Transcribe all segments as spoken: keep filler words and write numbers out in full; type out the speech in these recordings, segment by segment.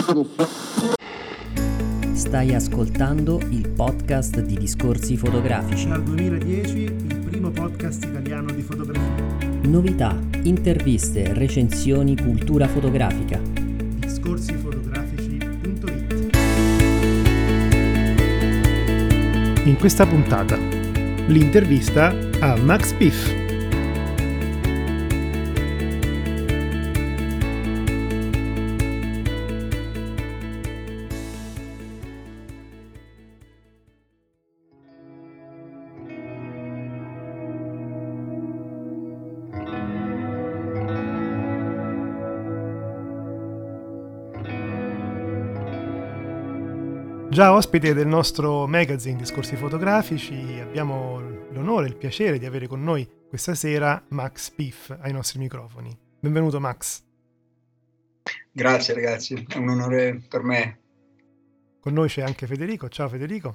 Stai ascoltando il podcast di Discorsi Fotografici. Dal duemiladieci il primo podcast italiano di fotografia. Novità, interviste, recensioni, cultura fotografica. discorsi fotografici punto it. In questa puntata, l'intervista a Max Piff. Già ospite del nostro magazine Discorsi Fotografici, abbiamo l'onore e il piacere di avere con noi questa sera Max Piff ai nostri microfoni. Benvenuto Max. Grazie ragazzi, è un onore per me. Con noi c'è anche Federico. Ciao Federico.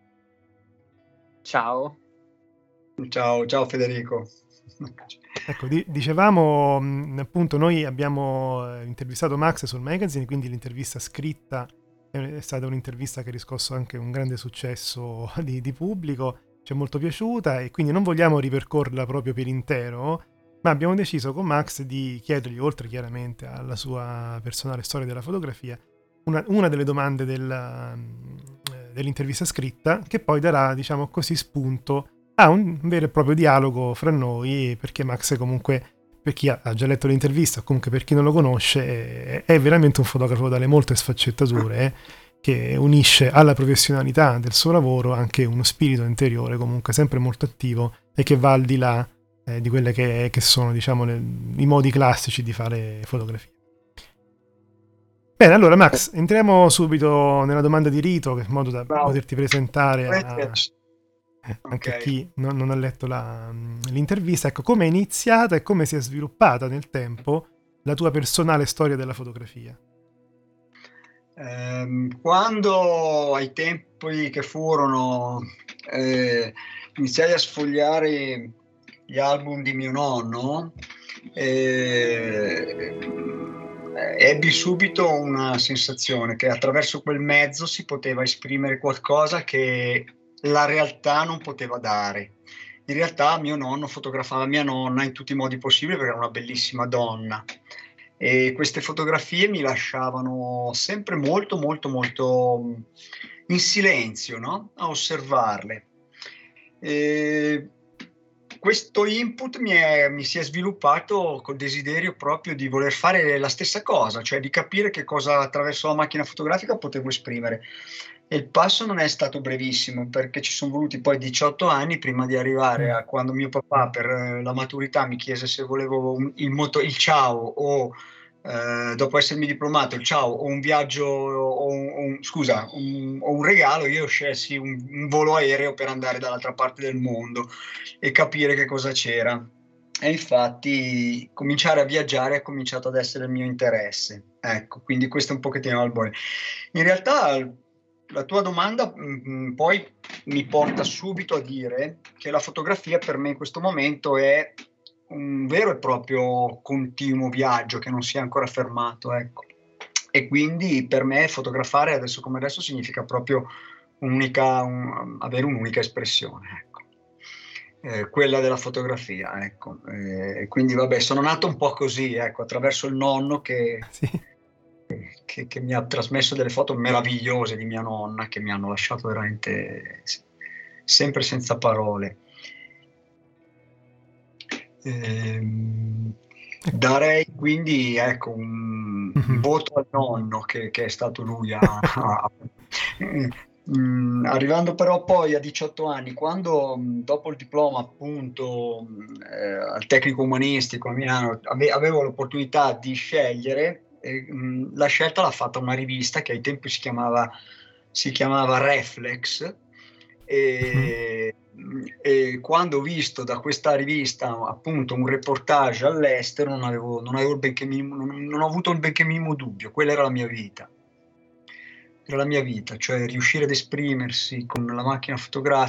Ciao. Ciao, ciao Federico. Ecco, di- dicevamo mh, appunto noi abbiamo eh, intervistato Max sul magazine, quindi l'intervista scritta è stata un'intervista che ha riscosso anche un grande successo di, di pubblico, ci è molto piaciuta e quindi non vogliamo ripercorrerla proprio per intero, ma abbiamo deciso con Max di chiedergli, oltre chiaramente alla sua personale storia della fotografia, una, una delle domande della, dell'intervista scritta, che poi darà, diciamo così, spunto a un vero e proprio dialogo fra noi, perché Max comunque, per chi ha già letto l'intervista, comunque per chi non lo conosce, è veramente un fotografo dalle molte sfaccettature, eh, che unisce alla professionalità del suo lavoro anche uno spirito interiore comunque sempre molto attivo e che va al di là eh, di quelle che, che sono, diciamo, le, i modi classici di fare fotografia. Bene, allora Max, entriamo subito nella domanda di rito, in modo da Bravo. poterti presentare a... anche Okay. a chi non, non ha letto la, l'intervista. Ecco, come è iniziata e come si è sviluppata nel tempo la tua personale storia della fotografia? Ehm, quando ai tempi che furono eh, iniziai a sfogliare gli album di mio nonno, eh, ebbi subito una sensazione che attraverso quel mezzo si poteva esprimere qualcosa che la realtà non poteva dare. In realtà mio nonno fotografava mia nonna in tutti i modi possibili perché era una bellissima donna e queste fotografie mi lasciavano sempre molto molto molto in silenzio, no? A osservarle. E questo input mi, è, mi si è sviluppato col desiderio proprio di voler fare la stessa cosa, cioè di capire che cosa attraverso la macchina fotografica potevo esprimere. E il passo non è stato brevissimo perché ci sono voluti poi diciotto anni prima di arrivare a quando mio papà per la maturità mi chiese se volevo un, il, moto, il ciao o eh, dopo essermi diplomato il ciao o un viaggio o un, un, scusa un, o un regalo. Io scelsi un, un volo aereo per andare dall'altra parte del mondo e capire che cosa c'era. E infatti cominciare a viaggiare è cominciato ad essere il mio interesse. Ecco, quindi questo è un pochettino al buono. In realtà la tua domanda mh, poi mi porta subito a dire che la fotografia per me in questo momento è un vero e proprio continuo viaggio che non si è ancora fermato, ecco. E quindi per me fotografare adesso come adesso significa proprio un'unica, un, avere un'unica espressione, ecco. Eh, quella della fotografia, ecco. Eh, quindi vabbè, sono nato un po' così, ecco, attraverso il nonno che... Sì. Che, che mi ha trasmesso delle foto meravigliose di mia nonna che mi hanno lasciato veramente sempre senza parole. Ehm, darei quindi ecco un, un voto al nonno che, che è stato lui a, a, Mm, arrivando però poi a diciotto anni, quando dopo il diploma appunto eh, al tecnico umanistico a Milano ave, avevo l'opportunità di scegliere, e, mh, la scelta l'ha fatta una rivista che ai tempi si chiamava, si chiamava Reflex e, mm. e quando ho visto da questa rivista appunto un reportage all'estero non avevo, non avevo il benché minimo, non, non ho avuto il benché minimo dubbio, quella era la mia vita. Era la mia vita, cioè riuscire ad esprimersi con la macchina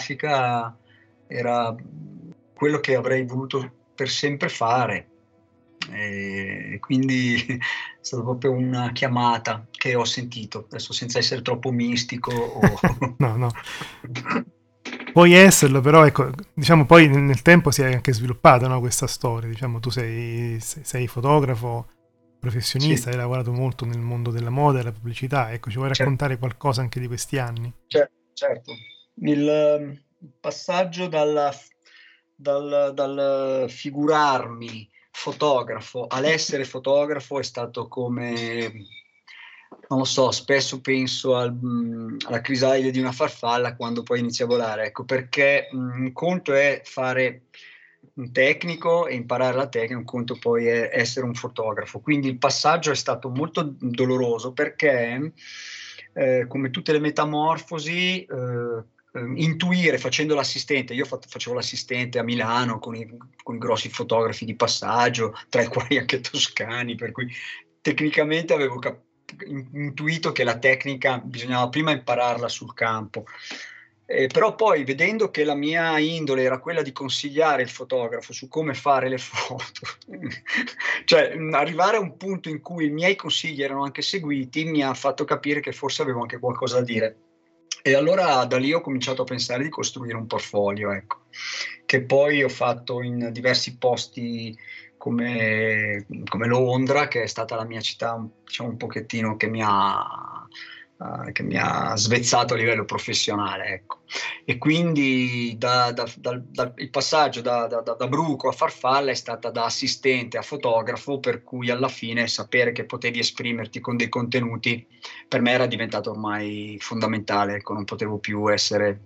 fotografica era quello che avrei voluto per sempre fare. E quindi è stata proprio una chiamata che ho sentito, adesso senza essere troppo mistico o... no, no. Puoi esserlo, però ecco, diciamo poi nel tempo si è anche sviluppata, no, questa storia, diciamo tu sei, sei fotografo professionista, Sì. hai lavorato molto nel mondo della moda e della pubblicità, ecco, ci vuoi raccontare Certo. qualcosa anche di questi anni? Certo, certo. Il passaggio dal, dal, dal figurarmi fotografo all'essere fotografo è stato come, non lo so, spesso penso al, mh, alla crisalide di una farfalla quando poi inizia a volare, ecco, perché mh, un conto è fare un tecnico e imparare la tecnica, un conto poi è essere un fotografo. Quindi il passaggio è stato molto doloroso perché, eh, come tutte le metamorfosi, eh, intuire facendo l'assistente, io facevo l'assistente a Milano con i, con i grossi fotografi di passaggio, tra i quali anche toscani, per cui tecnicamente avevo cap- intuito che la tecnica bisognava prima impararla sul campo. Eh, però poi vedendo che la mia indole era quella di consigliare il fotografo su come fare le foto, cioè arrivare a un punto in cui i miei consigli erano anche seguiti, mi ha fatto capire che forse avevo anche qualcosa da dire. E allora da lì ho cominciato a pensare di costruire un portfolio, ecco, che poi ho fatto in diversi posti come, come Londra, che è stata la mia città, diciamo, un pochettino che mi ha, uh, che mi ha svezzato a livello professionale, ecco. E quindi da, da, da, da, il passaggio da, da, da bruco a farfalla è stata da assistente a fotografo, per cui alla fine sapere che potevi esprimerti con dei contenuti per me era diventato ormai fondamentale, ecco, non potevo più essere,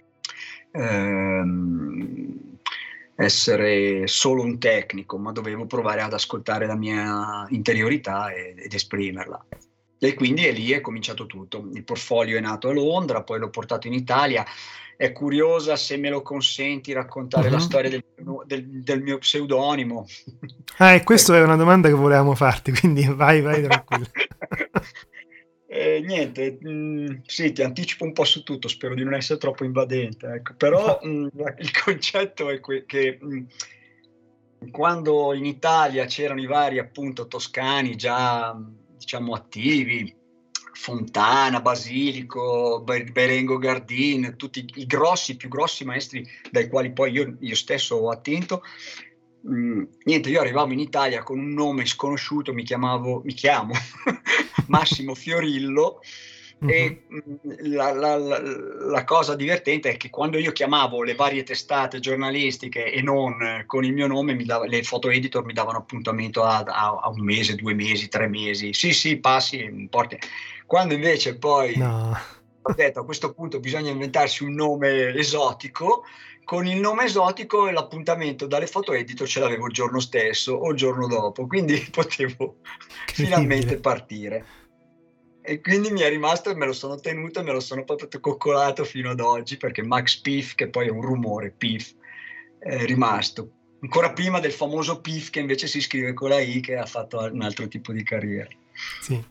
ehm, essere solo un tecnico, ma dovevo provare ad ascoltare la mia interiorità ed, ed esprimerla. E quindi è lì è cominciato tutto. Il portfolio è nato a Londra, poi l'ho portato in Italia. È curiosa, se me lo consenti, raccontare Uh-huh. la storia del, del, del mio pseudonimo. Ah, e questa è una domanda che volevamo farti, quindi vai, vai tranquillo. Eh, niente, mh, sì, ti anticipo un po' su tutto, spero di non essere troppo invadente, ecco. Però mh, il concetto è que- che mh, quando in Italia c'erano i vari appunto toscani già diciamo attivi, Fontana, Basilico, Berengo Gardin, tutti i grossi, più grossi maestri dai quali poi io, io stesso ho attinto. Mm, niente, io arrivavo in Italia con un nome sconosciuto, mi chiamavo, mi chiamo Massimo Fiorillo. E mm, la, la, la, la cosa divertente è che quando io chiamavo le varie testate giornalistiche e non eh, con il mio nome, mi dava, le foto editor mi davano appuntamento a, a, a un mese, due mesi, tre mesi. Sì, sì, passi, porti. Quando invece poi No. ho detto a questo punto bisogna inventarsi un nome esotico, con il nome esotico e l'appuntamento dalle foto editor ce l'avevo il giorno stesso o il giorno dopo, quindi potevo finalmente partire. E quindi mi è rimasto e me lo sono tenuto e me lo sono proprio coccolato fino ad oggi, perché Max Piff, che poi è un rumore, Piff, è rimasto. Ancora prima del famoso Piff, che invece si scrive con la I, che ha fatto un altro tipo di carriera. Sì.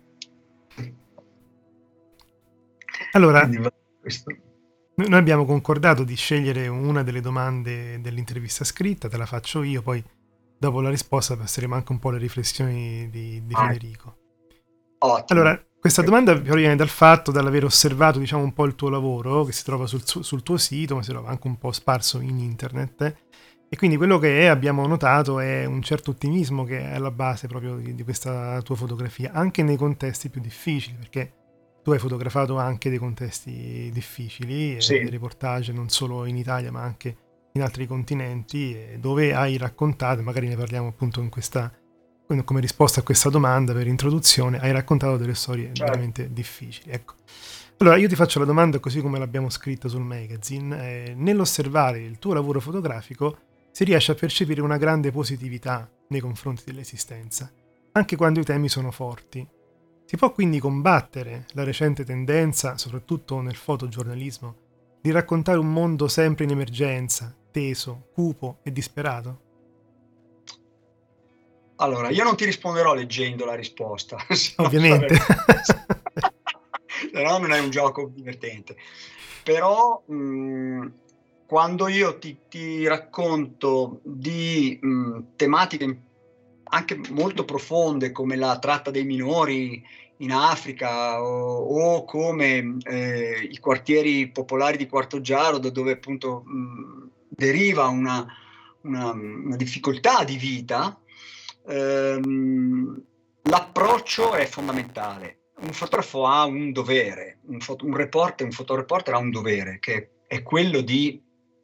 Allora, Quindi, questo. noi abbiamo concordato di scegliere una delle domande dell'intervista scritta, te la faccio io, poi dopo la risposta passeremo anche un po' alle riflessioni di, di Federico. Ottimo. Allora, questa domanda proviene dal fatto, dall'aver osservato, diciamo, un po' il tuo lavoro, che si trova sul, sul tuo sito, ma si trova anche un po' sparso in internet. E quindi quello che è, abbiamo notato è un certo ottimismo che è alla base proprio di, di questa tua fotografia, anche nei contesti più difficili, perché tu hai fotografato anche dei contesti difficili, Sì. eh, dei reportage non solo in Italia ma anche in altri continenti, eh, dove hai raccontato, magari ne parliamo appunto in questa, come risposta a questa domanda per introduzione, hai raccontato delle storie certo. veramente difficili. Ecco. Allora io ti faccio la domanda così come l'abbiamo scritta sul magazine. Eh, nell'osservare il tuo lavoro fotografico si riesce a percepire una grande positività nei confronti dell'esistenza, anche quando i temi sono forti. Si può quindi combattere la recente tendenza, soprattutto nel fotogiornalismo, di raccontare un mondo sempre in emergenza, teso, cupo e disperato? Allora, io non ti risponderò leggendo la risposta. Ovviamente. Se no non è un gioco divertente. Però mh, quando io ti, ti racconto di mh, tematiche anche molto profonde, come la tratta dei minori in Africa, o, o come eh, i quartieri popolari di Quartoggiaro, da dove appunto mh, deriva una, una, una difficoltà di vita, ehm, l'approccio è fondamentale. Un fotografo ha un dovere, un, foto, un reporter, un fotoreporter ha un dovere, che è quello di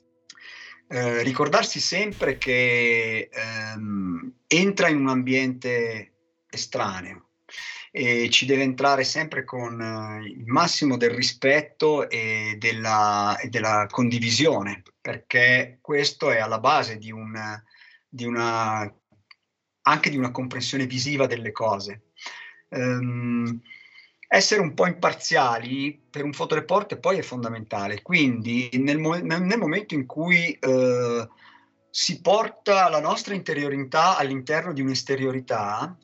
eh, ricordarsi sempre che ehm, entra in un ambiente estraneo e ci deve entrare sempre con eh, il massimo del rispetto e della, e della condivisione, perché questo è alla base di, un, di una, anche di una comprensione visiva delle cose. Um, essere un po' imparziali per un fotoreporter poi è fondamentale, quindi nel, mo- nel momento in cui eh, si porta la nostra interiorità all'interno di un'esteriorità,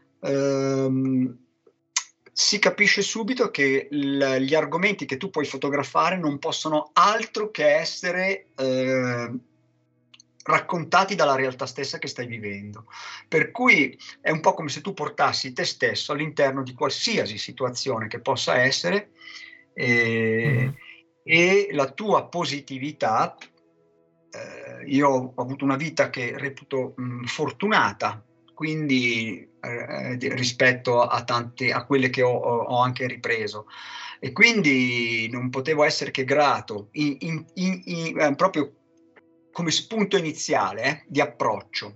ehm, si capisce subito che l- gli argomenti che tu puoi fotografare non possono altro che essere eh, raccontati dalla realtà stessa che stai vivendo. Per cui è un po' come se tu portassi te stesso all'interno di qualsiasi situazione che possa essere eh, mm-hmm. e la tua positività. Eh, io ho avuto una vita che reputo mh, fortunata, quindi eh, rispetto a tante, a quelle che ho, ho anche ripreso, e quindi non potevo essere che grato in, in, in, in, eh, proprio come spunto iniziale eh, di approccio.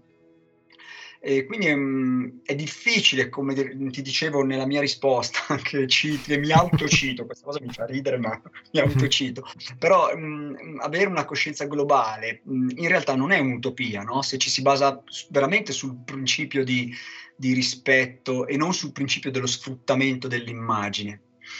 E quindi mh, è difficile, come ti dicevo nella mia risposta, che, cito, che mi autocito, questa cosa mi fa ridere, ma mi autocito, però mh, avere una coscienza globale mh, in realtà non è un'utopia, no? Se ci si basa veramente sul principio di, di rispetto e non sul principio dello sfruttamento dell'immagine.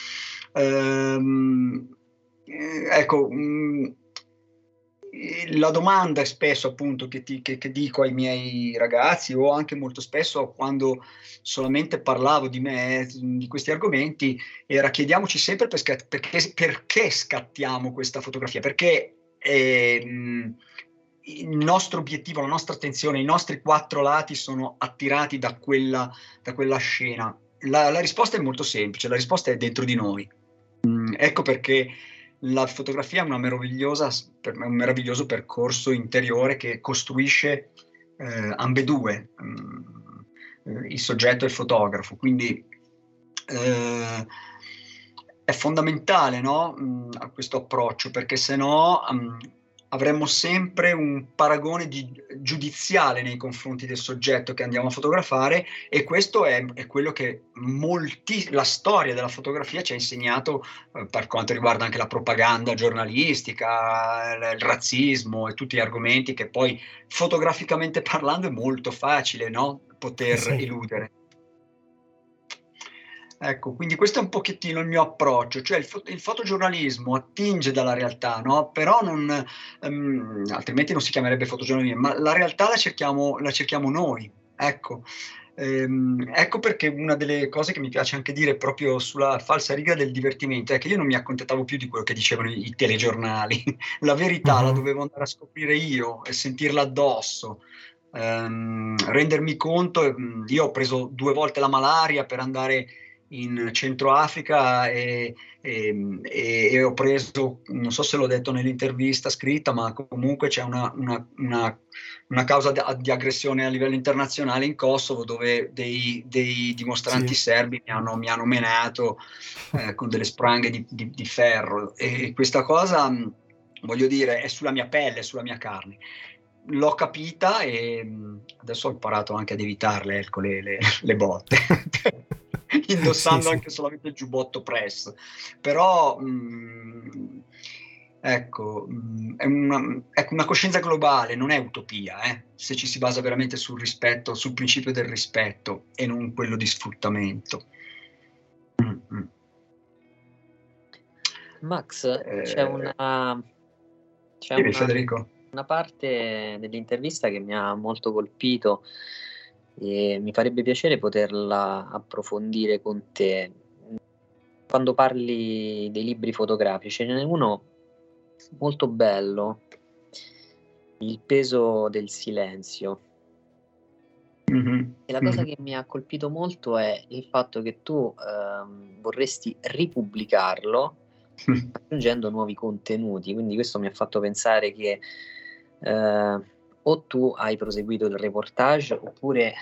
Ehm, eh, ecco, mh, la domanda spesso appunto che, ti, che, che dico ai miei ragazzi, o anche molto spesso quando solamente parlavo di me, di questi argomenti, era: chiediamoci sempre per scat- perché, perché scattiamo questa fotografia, perché eh, il nostro obiettivo, la nostra attenzione, i nostri quattro lati sono attirati da quella, da quella scena. La, la risposta è molto semplice, la risposta è dentro di noi. Mm, ecco perché la fotografia è una meravigliosa, un meraviglioso percorso interiore che costruisce eh, ambedue, mh, il soggetto e il fotografo. Quindi eh, è fondamentale, no, mh, questo approccio, perché se no mh, avremmo sempre un paragone di, giudiziale nei confronti del soggetto che andiamo a fotografare, e questo è, è quello che molti, la storia della fotografia ci ha insegnato eh, per quanto riguarda anche la propaganda giornalistica, il, il razzismo e tutti gli argomenti che poi fotograficamente parlando è molto facile, no, poter sì. eludere. Ecco, quindi questo è un pochettino il mio approccio, cioè il, fo- il fotogiornalismo attinge dalla realtà, no? Però non, um, altrimenti non si chiamerebbe fotogiornalismo, ma la realtà la cerchiamo, la cerchiamo noi, ecco. Ehm, ecco perché una delle cose che mi piace anche dire proprio sulla falsa riga del divertimento è che io non mi accontentavo più di quello che dicevano i, i telegiornali, la verità uh-huh. la dovevo andare a scoprire io e sentirla addosso. Um, rendermi conto, io ho preso due volte la malaria per andare in Centro Africa e, e, e ho preso, non so se l'ho detto nell'intervista scritta, ma comunque c'è una, una, una, una causa di, di aggressione a livello internazionale in Kosovo, dove dei, dei dimostranti sì. serbi mi hanno, mi hanno menato eh, con delle spranghe di, di, di ferro, e questa cosa, voglio dire, è sulla mia pelle, è sulla mia carne. L'ho capita e adesso ho imparato anche ad evitarle, ecco, le, le, le botte. Indossando sì, anche sì. solamente il giubbotto press, però mh, ecco, mh, è, una, è una coscienza globale, non è utopia, eh? Se ci si basa veramente sul rispetto, sul principio del rispetto e non quello di sfruttamento. Mm-hmm. Max, eh, c'è una c'è dimmi, una, Federico. una parte dell'intervista che mi ha molto colpito e mi farebbe piacere poterla approfondire con te. Quando parli dei libri fotografici, ce n'è uno molto bello, Il peso del silenzio. Mm-hmm. E la cosa Mm-hmm. che mi ha colpito molto è il fatto che tu ehm, vorresti ripubblicarlo aggiungendo nuovi contenuti, quindi questo mi ha fatto pensare che eh, o tu hai proseguito il reportage oppure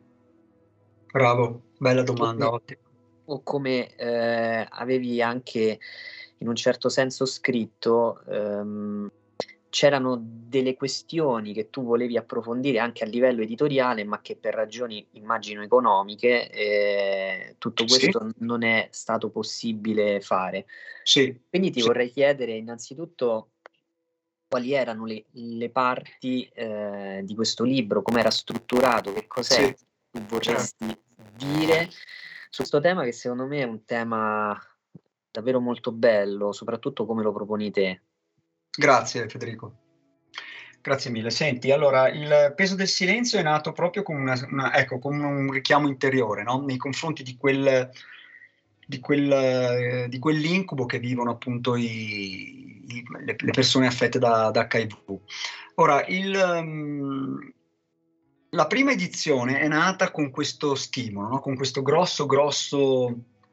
Bravo, bella o domanda, come, ottima. o come eh, avevi anche in un certo senso scritto, ehm, c'erano delle questioni che tu volevi approfondire anche a livello editoriale, ma che per ragioni, immagino, economiche, eh, tutto questo Sì, non è stato possibile fare. sì, Quindi ti sì. vorrei chiedere innanzitutto quali erano le, le parti eh, di questo libro, come era strutturato, che cos'è Sì, che tu vorresti dire su questo tema, che secondo me è un tema davvero molto bello, soprattutto come lo proponi te. grazie Federico. Grazie mille. Senti, allora, il peso del silenzio è nato proprio come, una, una- ecco, come un richiamo interiore, no? Nei confronti di quel, di quel, eh, di quell'incubo che vivono appunto i- i- le, le persone affette da, da acca i vu. Ora, il, um, la prima edizione è nata con questo stimolo, no? Con questo grosso, grosso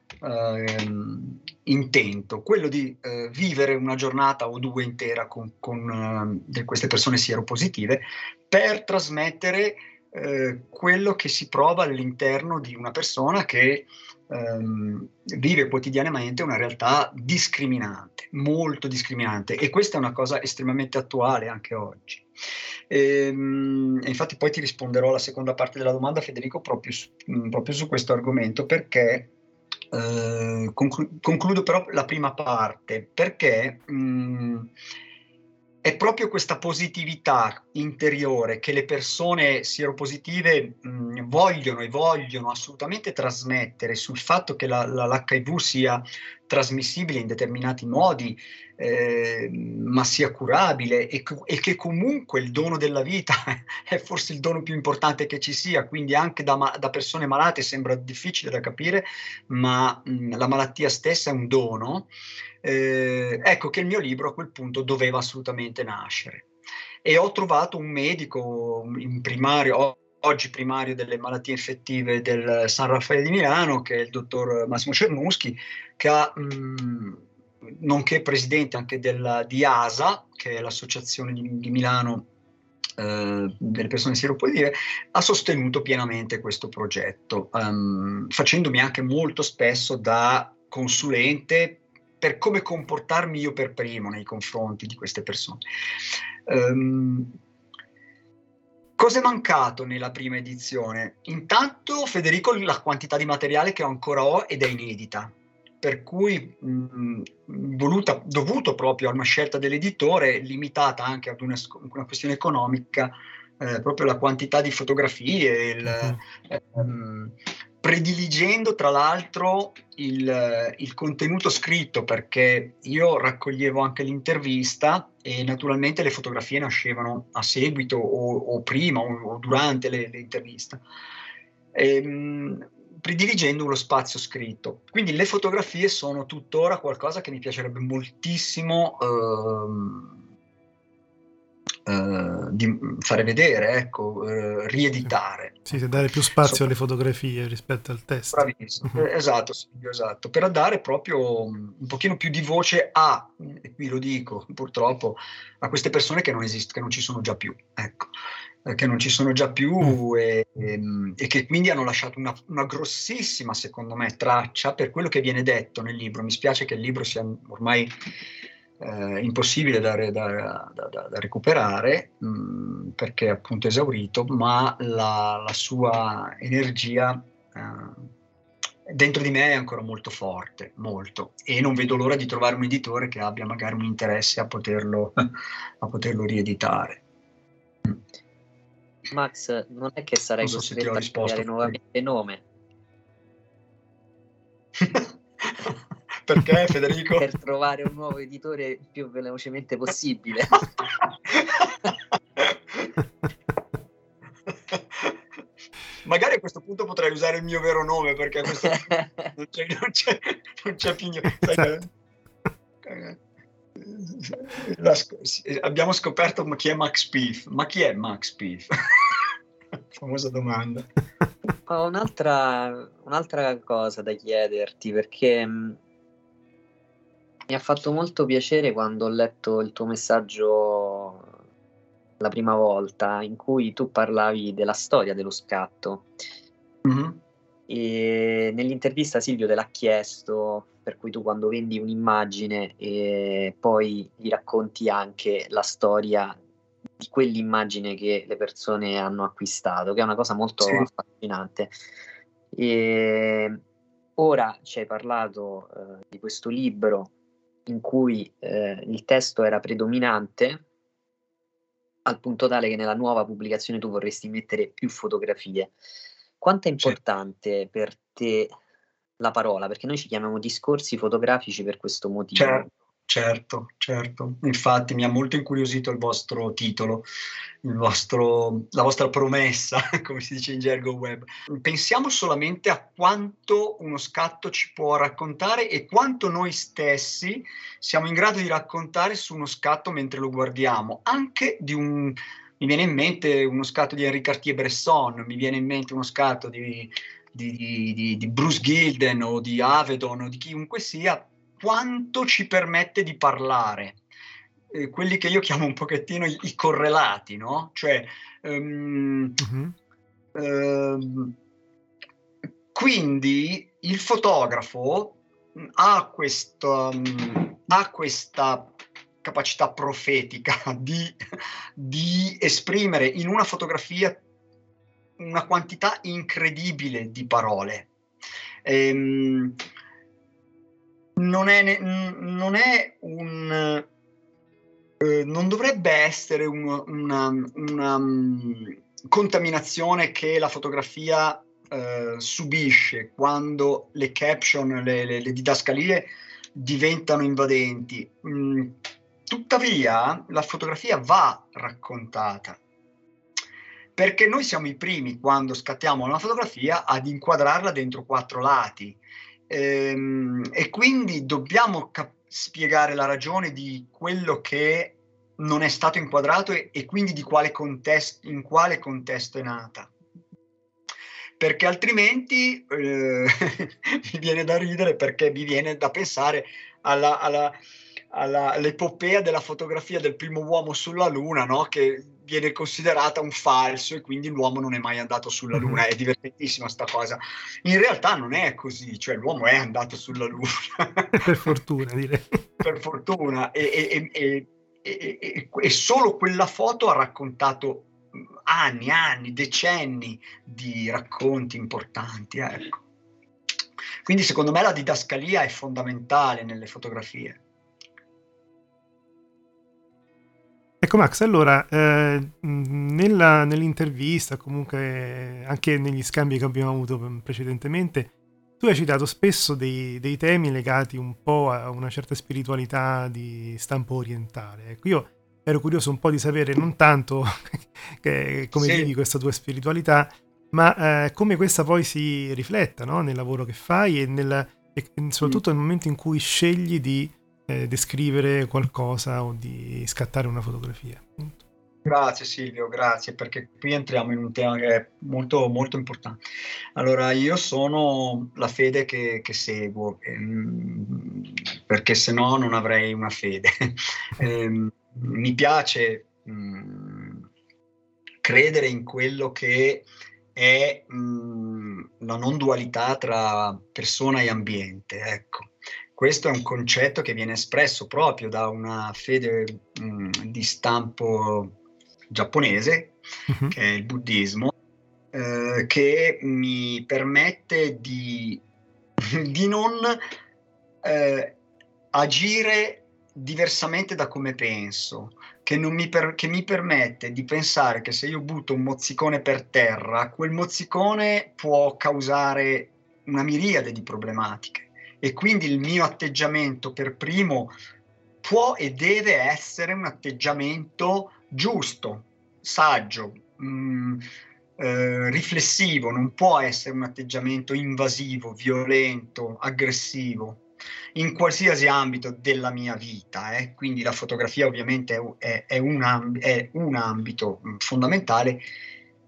ehm, intento, quello di eh, vivere una giornata o due intera con, con eh, queste persone sieropositive per trasmettere eh, quello che si prova all'interno di una persona che ehm, vive quotidianamente una realtà discriminante, molto discriminante, e questa è una cosa estremamente attuale anche oggi. E, e infatti poi ti risponderò alla seconda parte della domanda, Federico, proprio su, proprio su questo argomento, perché eh, conclu- concludo però la prima parte, perché mh, è proprio questa positività interiore che le persone sieropositive mh, vogliono e vogliono assolutamente trasmettere sul fatto che la, la, l'acca i vu sia trasmissibile in determinati modi, eh, ma sia curabile, e, e che comunque il dono della vita è forse il dono più importante che ci sia, quindi anche da, da persone malate sembra difficile da capire, ma mh, la malattia stessa è un dono. Eh, ecco che il mio libro a quel punto doveva assolutamente nascere, e ho trovato un medico in primario, oggi primario delle malattie infettive del San Raffaele di Milano, che è il dottor Massimo Cernuschi, che ha, mh, nonché presidente anche della, di A S A, che è l'associazione di, di Milano eh, delle persone sieropositive, ha sostenuto pienamente questo progetto, um, facendomi anche molto spesso da consulente per come comportarmi io per primo nei confronti di queste persone. Um, Cosa è mancato nella prima edizione? Intanto, Federico, la quantità di materiale che ancora ho ed è inedita, per cui mh, voluta, dovuto proprio a una scelta dell'editore, limitata anche ad una, una questione economica, eh, proprio la quantità di fotografie, il, uh-huh. ehm, prediligendo tra l'altro il, il contenuto scritto, perché io raccoglievo anche l'intervista e naturalmente le fotografie nascevano a seguito o, o prima o, o durante le, le interviste, ehm, prediligendo lo spazio scritto. Quindi le fotografie sono tuttora qualcosa che mi piacerebbe moltissimo ehm, Uh, di fare vedere, ecco, uh, rieditare. Sì, ecco. dare più spazio so, alle fotografie rispetto al testo. Bravissimo, uh-huh. esatto, esatto, per dare proprio un pochino più di voce a, e qui lo dico purtroppo, a queste persone che non esistono, che non ci sono già più, ecco, che non ci sono già più mm. e, e, e che quindi hanno lasciato una, una grossissima, secondo me, traccia per quello che viene detto nel libro. Mi spiace che il libro sia ormai Eh, impossibile da, da, da, da recuperare mh, perché è appunto esaurito, ma la, la sua energia eh, dentro di me è ancora molto forte, molto, e non vedo l'ora di trovare un editore che abbia magari un interesse a poterlo, a poterlo rieditare. Max, non è che sarai so costretto a cambiare nuovamente nome? Perché, Federico? Per trovare un nuovo editore il più velocemente possibile. Magari a questo punto potrei usare il mio vero nome, perché a questo punto non c'è, non c'è, non c'è più niente. Esatto. La, abbiamo scoperto chi è Max Piff. Ma chi è Max Piff? Famosa domanda. Ho un'altra, un'altra cosa da chiederti, perché mh, mi ha fatto molto piacere quando ho letto il tuo messaggio la prima volta, in cui tu parlavi della storia dello scatto. Mm-hmm. E nell'intervista Silvio te l'ha chiesto, per cui tu quando vendi un'immagine e poi gli racconti anche la storia di quell'immagine che le persone hanno acquistato, che è una cosa molto Sì. affascinante. E ora ci hai parlato eh, di questo libro in cui eh, il testo era predominante, al punto tale che nella nuova pubblicazione tu vorresti mettere più fotografie. Quanto è importante per te la parola? Perché noi ci chiamiamo discorsi fotografici per questo motivo. Certo, certo, certo. Infatti mi ha molto incuriosito il vostro titolo, il vostro, la vostra promessa, come si dice in gergo web. Pensiamo solamente a quanto uno scatto ci può raccontare e quanto noi stessi siamo in grado di raccontare su uno scatto mentre lo guardiamo, anche di un... Mi viene in mente uno scatto di Henri Cartier-Bresson, mi viene in mente uno scatto di, di, di, di Bruce Gilden o di Avedon o di chiunque sia, quanto ci permette di parlare. Eh, quelli che io chiamo un pochettino i, i correlati, no? Cioè, um, mm-hmm. um, quindi il fotografo ha, questo, um, ha questa capacità profetica di, di esprimere in una fotografia una quantità incredibile di parole. Ehm, non è, non è un eh, non dovrebbe essere un, una, una um, contaminazione che la fotografia eh, subisce quando le caption, le, le, le didascalie diventano invadenti. Mm, tuttavia la fotografia va raccontata, perché noi siamo i primi, quando scattiamo una fotografia, ad inquadrarla dentro quattro lati. Ehm, e quindi dobbiamo cap- spiegare la ragione di quello che non è stato inquadrato e, e quindi di quale contesto, in quale contesto è nata. Perché altrimenti eh, mi viene da ridere, perché mi viene da pensare alla, alla, alla, all'epopea della fotografia del primo uomo sulla Luna, no? Che viene considerata un falso e quindi l'uomo non è mai andato sulla Luna. Mm-hmm. È divertentissima sta cosa. In realtà non è così, cioè l'uomo è andato sulla Luna. Per fortuna, direi. Per fortuna. E, e, e, e, e, e solo quella foto ha raccontato anni, anni, decenni di racconti importanti. Ecco. Quindi secondo me la didascalia è fondamentale nelle fotografie. Ecco Max, allora, eh, nella, nell'intervista, comunque anche negli scambi che abbiamo avuto precedentemente, tu hai citato spesso dei, dei temi legati un po' a una certa spiritualità di stampo orientale. Ecco, io ero curioso un po' di sapere non tanto che, come sì. vivi questa tua spiritualità, ma eh, come questa poi si rifletta, no? Nel lavoro che fai e, nel, e soprattutto mm. nel momento in cui scegli di Eh, descrivere qualcosa o di scattare una fotografia. Appunto. Grazie Silvio, grazie, perché qui entriamo in un tema che è molto, molto importante. Allora, io sono la fede che, che seguo, ehm, perché se no non avrei una fede. eh, mi piace mh, credere in quello che è mh, la non dualità tra persona e ambiente, ecco. Questo è un concetto che viene espresso proprio da una fede mh, di stampo giapponese, uh-huh. che è il buddismo, eh, che mi permette di, di non eh, agire diversamente da come penso, che, non mi per, che mi permette di pensare che se io butto un mozzicone per terra, quel mozzicone può causare una miriade di problematiche. E quindi il mio atteggiamento per primo può e deve essere un atteggiamento giusto, saggio, mh, eh, riflessivo, non può essere un atteggiamento invasivo, violento, aggressivo, in qualsiasi ambito della mia vita. Eh. Quindi la fotografia ovviamente è, è, è, un, amb- è un ambito fondamentale.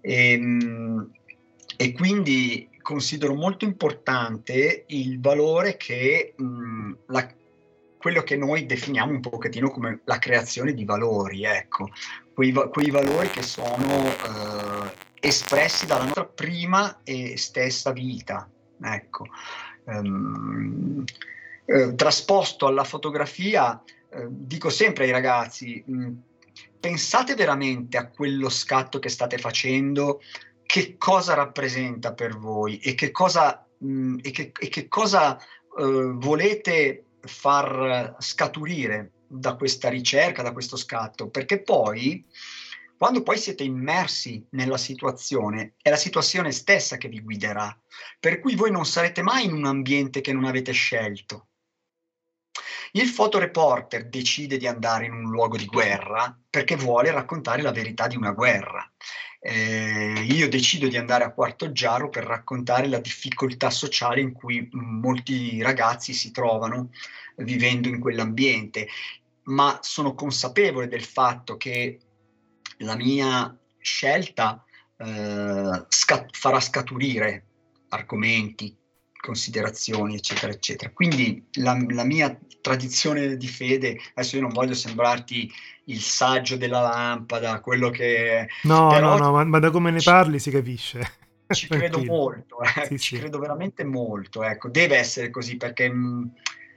E, e quindi considero molto importante il valore che mh, la, quello che noi definiamo un pochettino come la creazione di valori, ecco, quei, quei valori che sono eh, espressi dalla nostra prima e stessa vita, ecco. Um, eh, trasposto alla fotografia, eh, dico sempre ai ragazzi, mh, pensate veramente a quello scatto che state facendo, che cosa rappresenta per voi e che cosa, mh, e che, e che cosa eh, volete far scaturire da questa ricerca, da questo scatto, perché poi quando poi siete immersi nella situazione, è la situazione stessa che vi guiderà, per cui voi non sarete mai in un ambiente che non avete scelto. Il fotoreporter decide di andare in un luogo di guerra perché vuole raccontare la verità di una guerra. Eh, io decido di andare a Quartoggiaro per raccontare la difficoltà sociale in cui molti ragazzi si trovano vivendo in quell'ambiente, ma sono consapevole del fatto che la mia scelta eh, scat- farà scaturire argomenti, considerazioni, eccetera, eccetera. Quindi la, la mia tradizione di fede, adesso io non voglio sembrarti il saggio della lampada, quello che... No, però no, no, ma, ma da come ne ci, parli si capisce. ci credo Tranquillo. molto, eh, Sì, ci sì. credo veramente molto, ecco, deve essere così perché... Mh,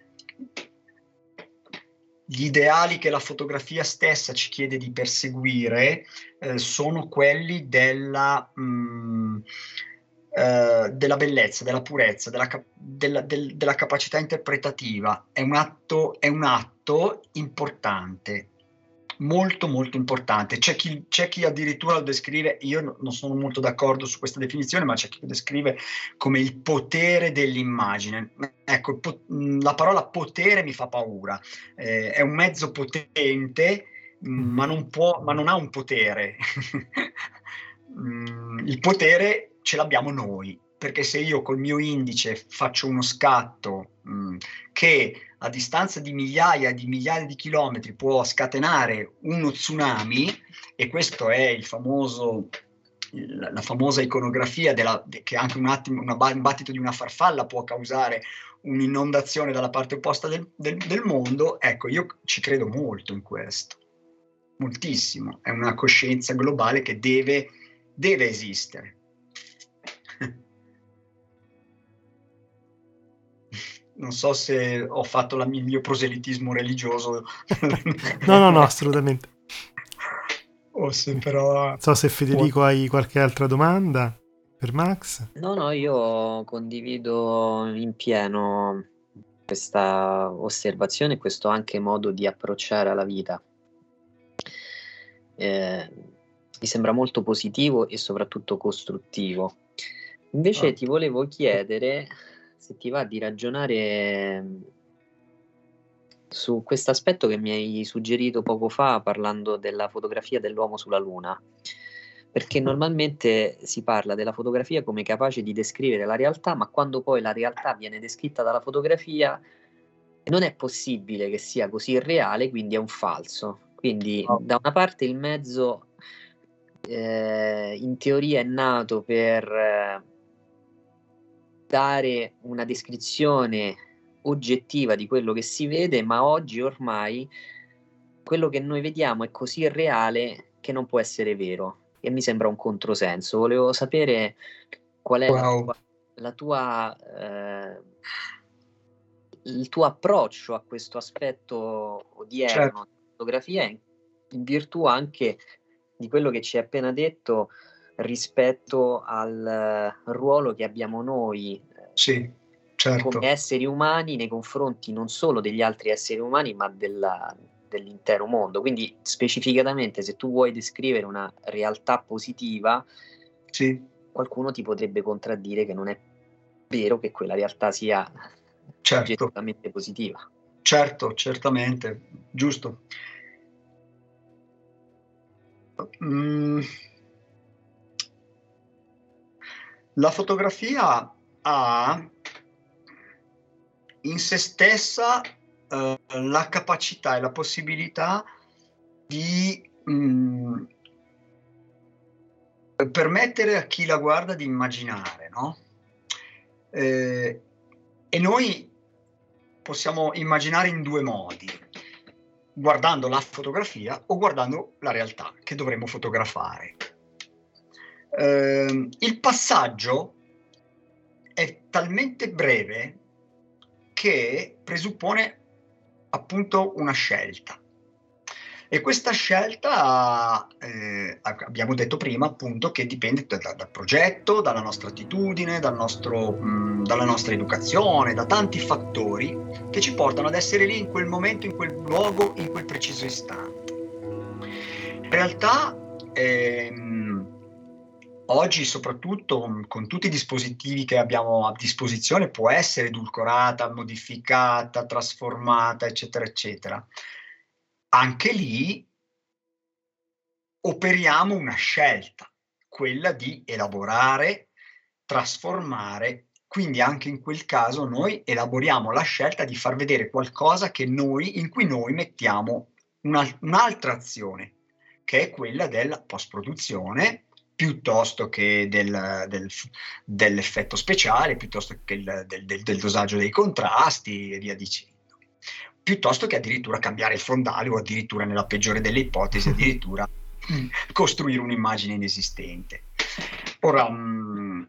gli ideali che la fotografia stessa ci chiede di perseguire eh, sono quelli della, mh, eh, della bellezza, della purezza, della, della, del, della capacità interpretativa. È un atto, è un atto importante, molto molto importante. C'è chi, c'è chi addirittura lo descrive, io non sono molto d'accordo su questa definizione, ma c'è chi lo descrive come il potere dell'immagine. Ecco, la parola potere mi fa paura. Eh, è un mezzo potente, Mm-hmm. ma non può, ma non ha un potere. Il potere ce l'abbiamo noi, perché se io col mio indice faccio uno scatto mh, che a distanza di migliaia di migliaia di chilometri può scatenare uno tsunami, e questo è il famoso, la, la famosa iconografia della, che anche un attimo, una, un battito di una farfalla può causare un'inondazione dalla parte opposta del, del, del mondo, ecco, io ci credo molto in questo, moltissimo. È una coscienza globale che deve, deve esistere. Non so se ho fatto la, il mio proselitismo religioso. No, no, no, assolutamente. O se però... Non so se Federico hai qualche altra domanda per Max. No, no, io condivido in pieno questa osservazione e questo anche modo di approcciare alla vita. Eh, mi sembra molto positivo e soprattutto costruttivo. Invece oh. ti volevo chiedere se ti va di ragionare su questo aspetto che mi hai suggerito poco fa parlando della fotografia dell'uomo sulla Luna, perché normalmente si parla della fotografia come capace di descrivere la realtà, ma quando poi la realtà viene descritta dalla fotografia non è possibile che sia così reale, quindi è un falso. Quindi oh. da una parte il mezzo eh, in teoria è nato per eh, dare una descrizione oggettiva di quello che si vede, ma oggi ormai quello che noi vediamo è così reale che non può essere vero, e mi sembra un controsenso. Volevo sapere qual è wow. la tua, la tua eh, il tuo approccio a questo aspetto odierno certo. della fotografia, in, in virtù anche di quello che ci hai appena detto rispetto al uh, ruolo che abbiamo noi sì, certo. come esseri umani nei confronti non solo degli altri esseri umani, ma della, dell'intero mondo. Quindi specificatamente, se tu vuoi descrivere una realtà positiva, sì. qualcuno ti potrebbe contraddire che non è vero che quella realtà sia certo. oggettivamente positiva. Certo, certamente, giusto. Mm. La fotografia ha in se stessa eh, la capacità e la possibilità di mh, permettere a chi la guarda di immaginare, no? Eh, e noi possiamo immaginare in due modi, guardando la fotografia o guardando la realtà che dovremmo fotografare. Eh, il passaggio è talmente breve che presuppone appunto una scelta. E questa scelta, eh, abbiamo detto prima, appunto, che dipende da, dal progetto, dalla nostra attitudine, dal nostro, mh, dalla nostra educazione, da tanti fattori che ci portano ad essere lì in quel momento, in quel luogo, in quel preciso istante. In realtà, ehm, oggi, soprattutto con tutti i dispositivi che abbiamo a disposizione, può essere edulcorata, modificata, trasformata, eccetera, eccetera. Anche lì operiamo una scelta, quella di elaborare, trasformare, quindi anche in quel caso noi elaboriamo la scelta di far vedere qualcosa che noi, in cui noi mettiamo una, un'altra azione, che è quella della post-produzione, piuttosto che del, del, dell'effetto speciale, piuttosto che il, del, del, del dosaggio dei contrasti e via dicendo. Piuttosto che addirittura cambiare il fondale o addirittura, nella peggiore delle ipotesi, addirittura costruire un'immagine inesistente. Ora, mh,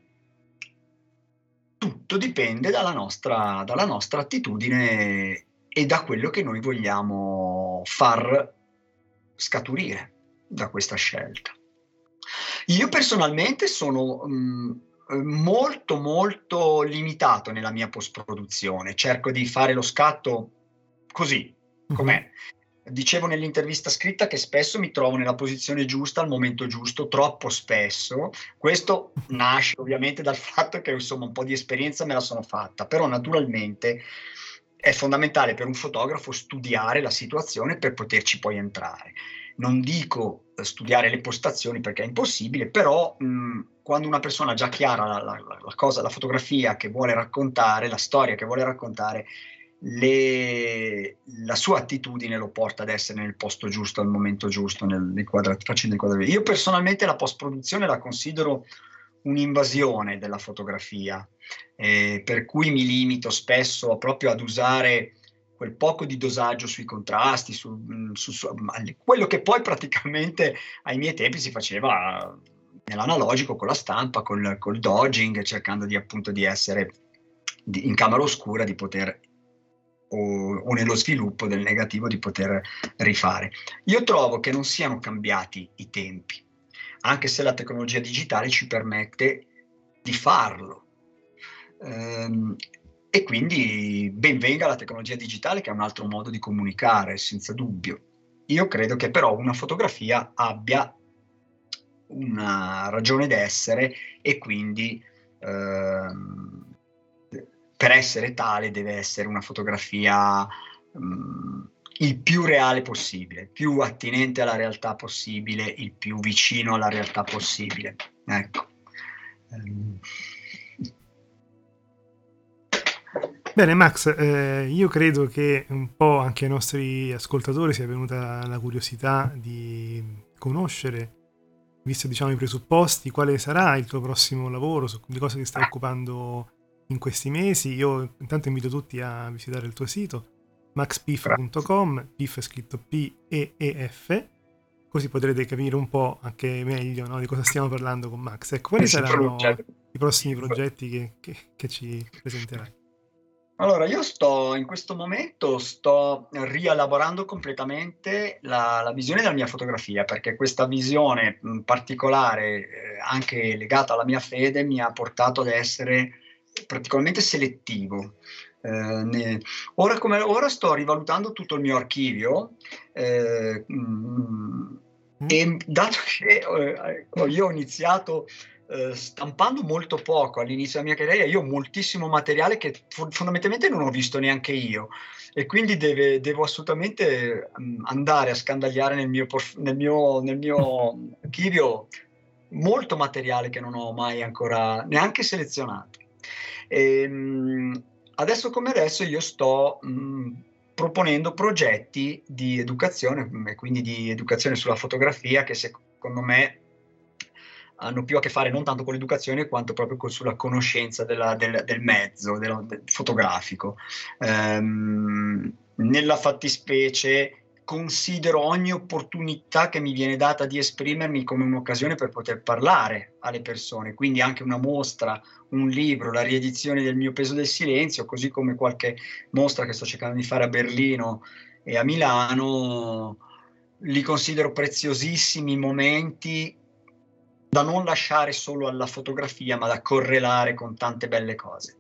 tutto dipende dalla nostra, dalla nostra attitudine e da quello che noi vogliamo far scaturire da questa scelta. Io personalmente sono mh, molto molto limitato nella mia post-produzione, cerco di fare lo scatto così, com'è. Dicevo nell'intervista scritta che spesso mi trovo nella posizione giusta al momento giusto, troppo spesso. Questo nasce ovviamente dal fatto che insomma un po' di esperienza me la sono fatta, però naturalmente è fondamentale per un fotografo studiare la situazione per poterci poi entrare. Non dico studiare le postazioni perché è impossibile, però mh, quando una persona ha già chiara la, la, la cosa, la fotografia che vuole raccontare, la storia che vuole raccontare, Le, la sua attitudine lo porta ad essere nel posto giusto, al momento giusto, nel, nel quadra, facendo il quadro. Io personalmente la post-produzione la considero un'invasione della fotografia, eh, per cui mi limito spesso proprio ad usare quel poco di dosaggio sui contrasti, su, su, su quello che poi praticamente ai miei tempi si faceva nell'analogico con la stampa, col, col dodging, cercando di appunto di essere di, in camera oscura, di poter O, o nello sviluppo del negativo di poter rifare. Io trovo che non siano cambiati i tempi, anche se la tecnologia digitale ci permette di farlo. Ehm, e quindi ben venga la tecnologia digitale, che è un altro modo di comunicare, senza dubbio. Io credo che però una fotografia abbia una ragione d'essere e quindi ehm, per essere tale deve essere una fotografia mh, il più reale possibile, più attinente alla realtà possibile, il più vicino alla realtà possibile. Ecco. Bene Max, eh, io credo che un po' anche ai nostri ascoltatori sia venuta la curiosità di conoscere, visto diciamo i presupposti, quale sarà il tuo prossimo lavoro, su di cosa ti stai occupando in questi mesi. Io intanto invito tutti a visitare il tuo sito max piff punto com, Piff è scritto P E E F, così potrete capire un po' anche meglio, no, di cosa stiamo parlando con Max. Ecco, quali saranno i prossimi progetti che, che, che ci presenterai? Allora, io sto in questo momento sto rielaborando completamente la, la visione della mia fotografia, perché questa visione mh, particolare, eh, anche legata alla mia fede, mi ha portato ad essere particolarmente selettivo. Eh, ne, ora come ora sto rivalutando tutto il mio archivio, eh, mh, e dato che eh, io ho iniziato Uh, stampando molto poco all'inizio della mia carriera, io ho moltissimo materiale che f- fondamentalmente non ho visto neanche io, e quindi deve, devo assolutamente um, andare a scandagliare nel mio, porf- nel mio, nel mio archivio molto materiale che non ho mai ancora neanche selezionato. E, um, adesso come adesso io sto um, proponendo progetti di educazione, e quindi di educazione sulla fotografia, che secondo me hanno più a che fare non tanto con l'educazione quanto proprio con, sulla conoscenza della, del, del mezzo dello, del fotografico. Ehm, nella fattispecie considero ogni opportunità che mi viene data di esprimermi come un'occasione per poter parlare alle persone, quindi anche una mostra, un libro, la riedizione del mio Peso del silenzio, così come qualche mostra che sto cercando di fare a Berlino e a Milano, li considero preziosissimi momenti da non lasciare solo alla fotografia, ma da correlare con tante belle cose.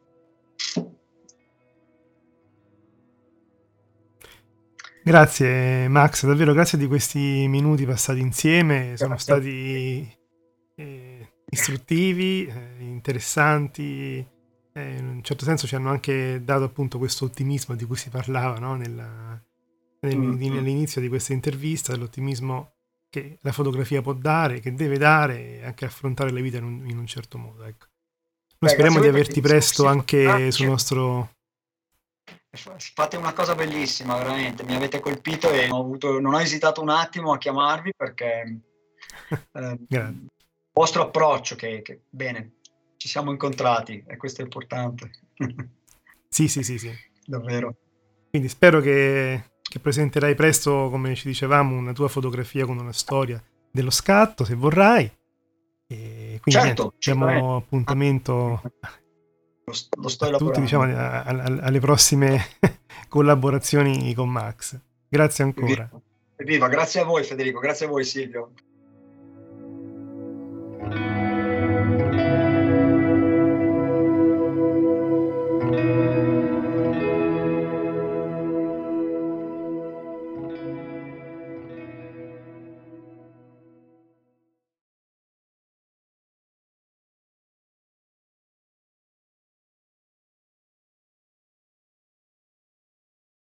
Grazie Max, davvero grazie di questi minuti passati insieme, sono Grazie. stati eh, istruttivi, eh, interessanti, eh, in un certo senso ci hanno anche dato appunto questo ottimismo di cui si parlava, no? Nella, nel, Mm-hmm. all'inizio di questa intervista, dell'ottimismo che la fotografia può dare, che deve dare, e anche affrontare la vita in un, in un certo modo. Ecco. Noi Beh, speriamo di averti perché presto anche sul nostro... Fate una cosa bellissima, veramente, mi avete colpito e ho avuto, non ho esitato un attimo a chiamarvi perché eh, il vostro approccio, che, che bene, ci siamo incontrati e questo è importante. Sì, sì, sì, sì. Davvero. Quindi spero che, che presenterai presto, come ci dicevamo, una tua fotografia con una storia dello scatto, se vorrai. E quindi certo, niente, diamo appuntamento lo, lo sto a tutti, diciamo, a, a, alle prossime collaborazioni con Max. Grazie ancora. Evviva, grazie a voi Federico, grazie a voi Silvio.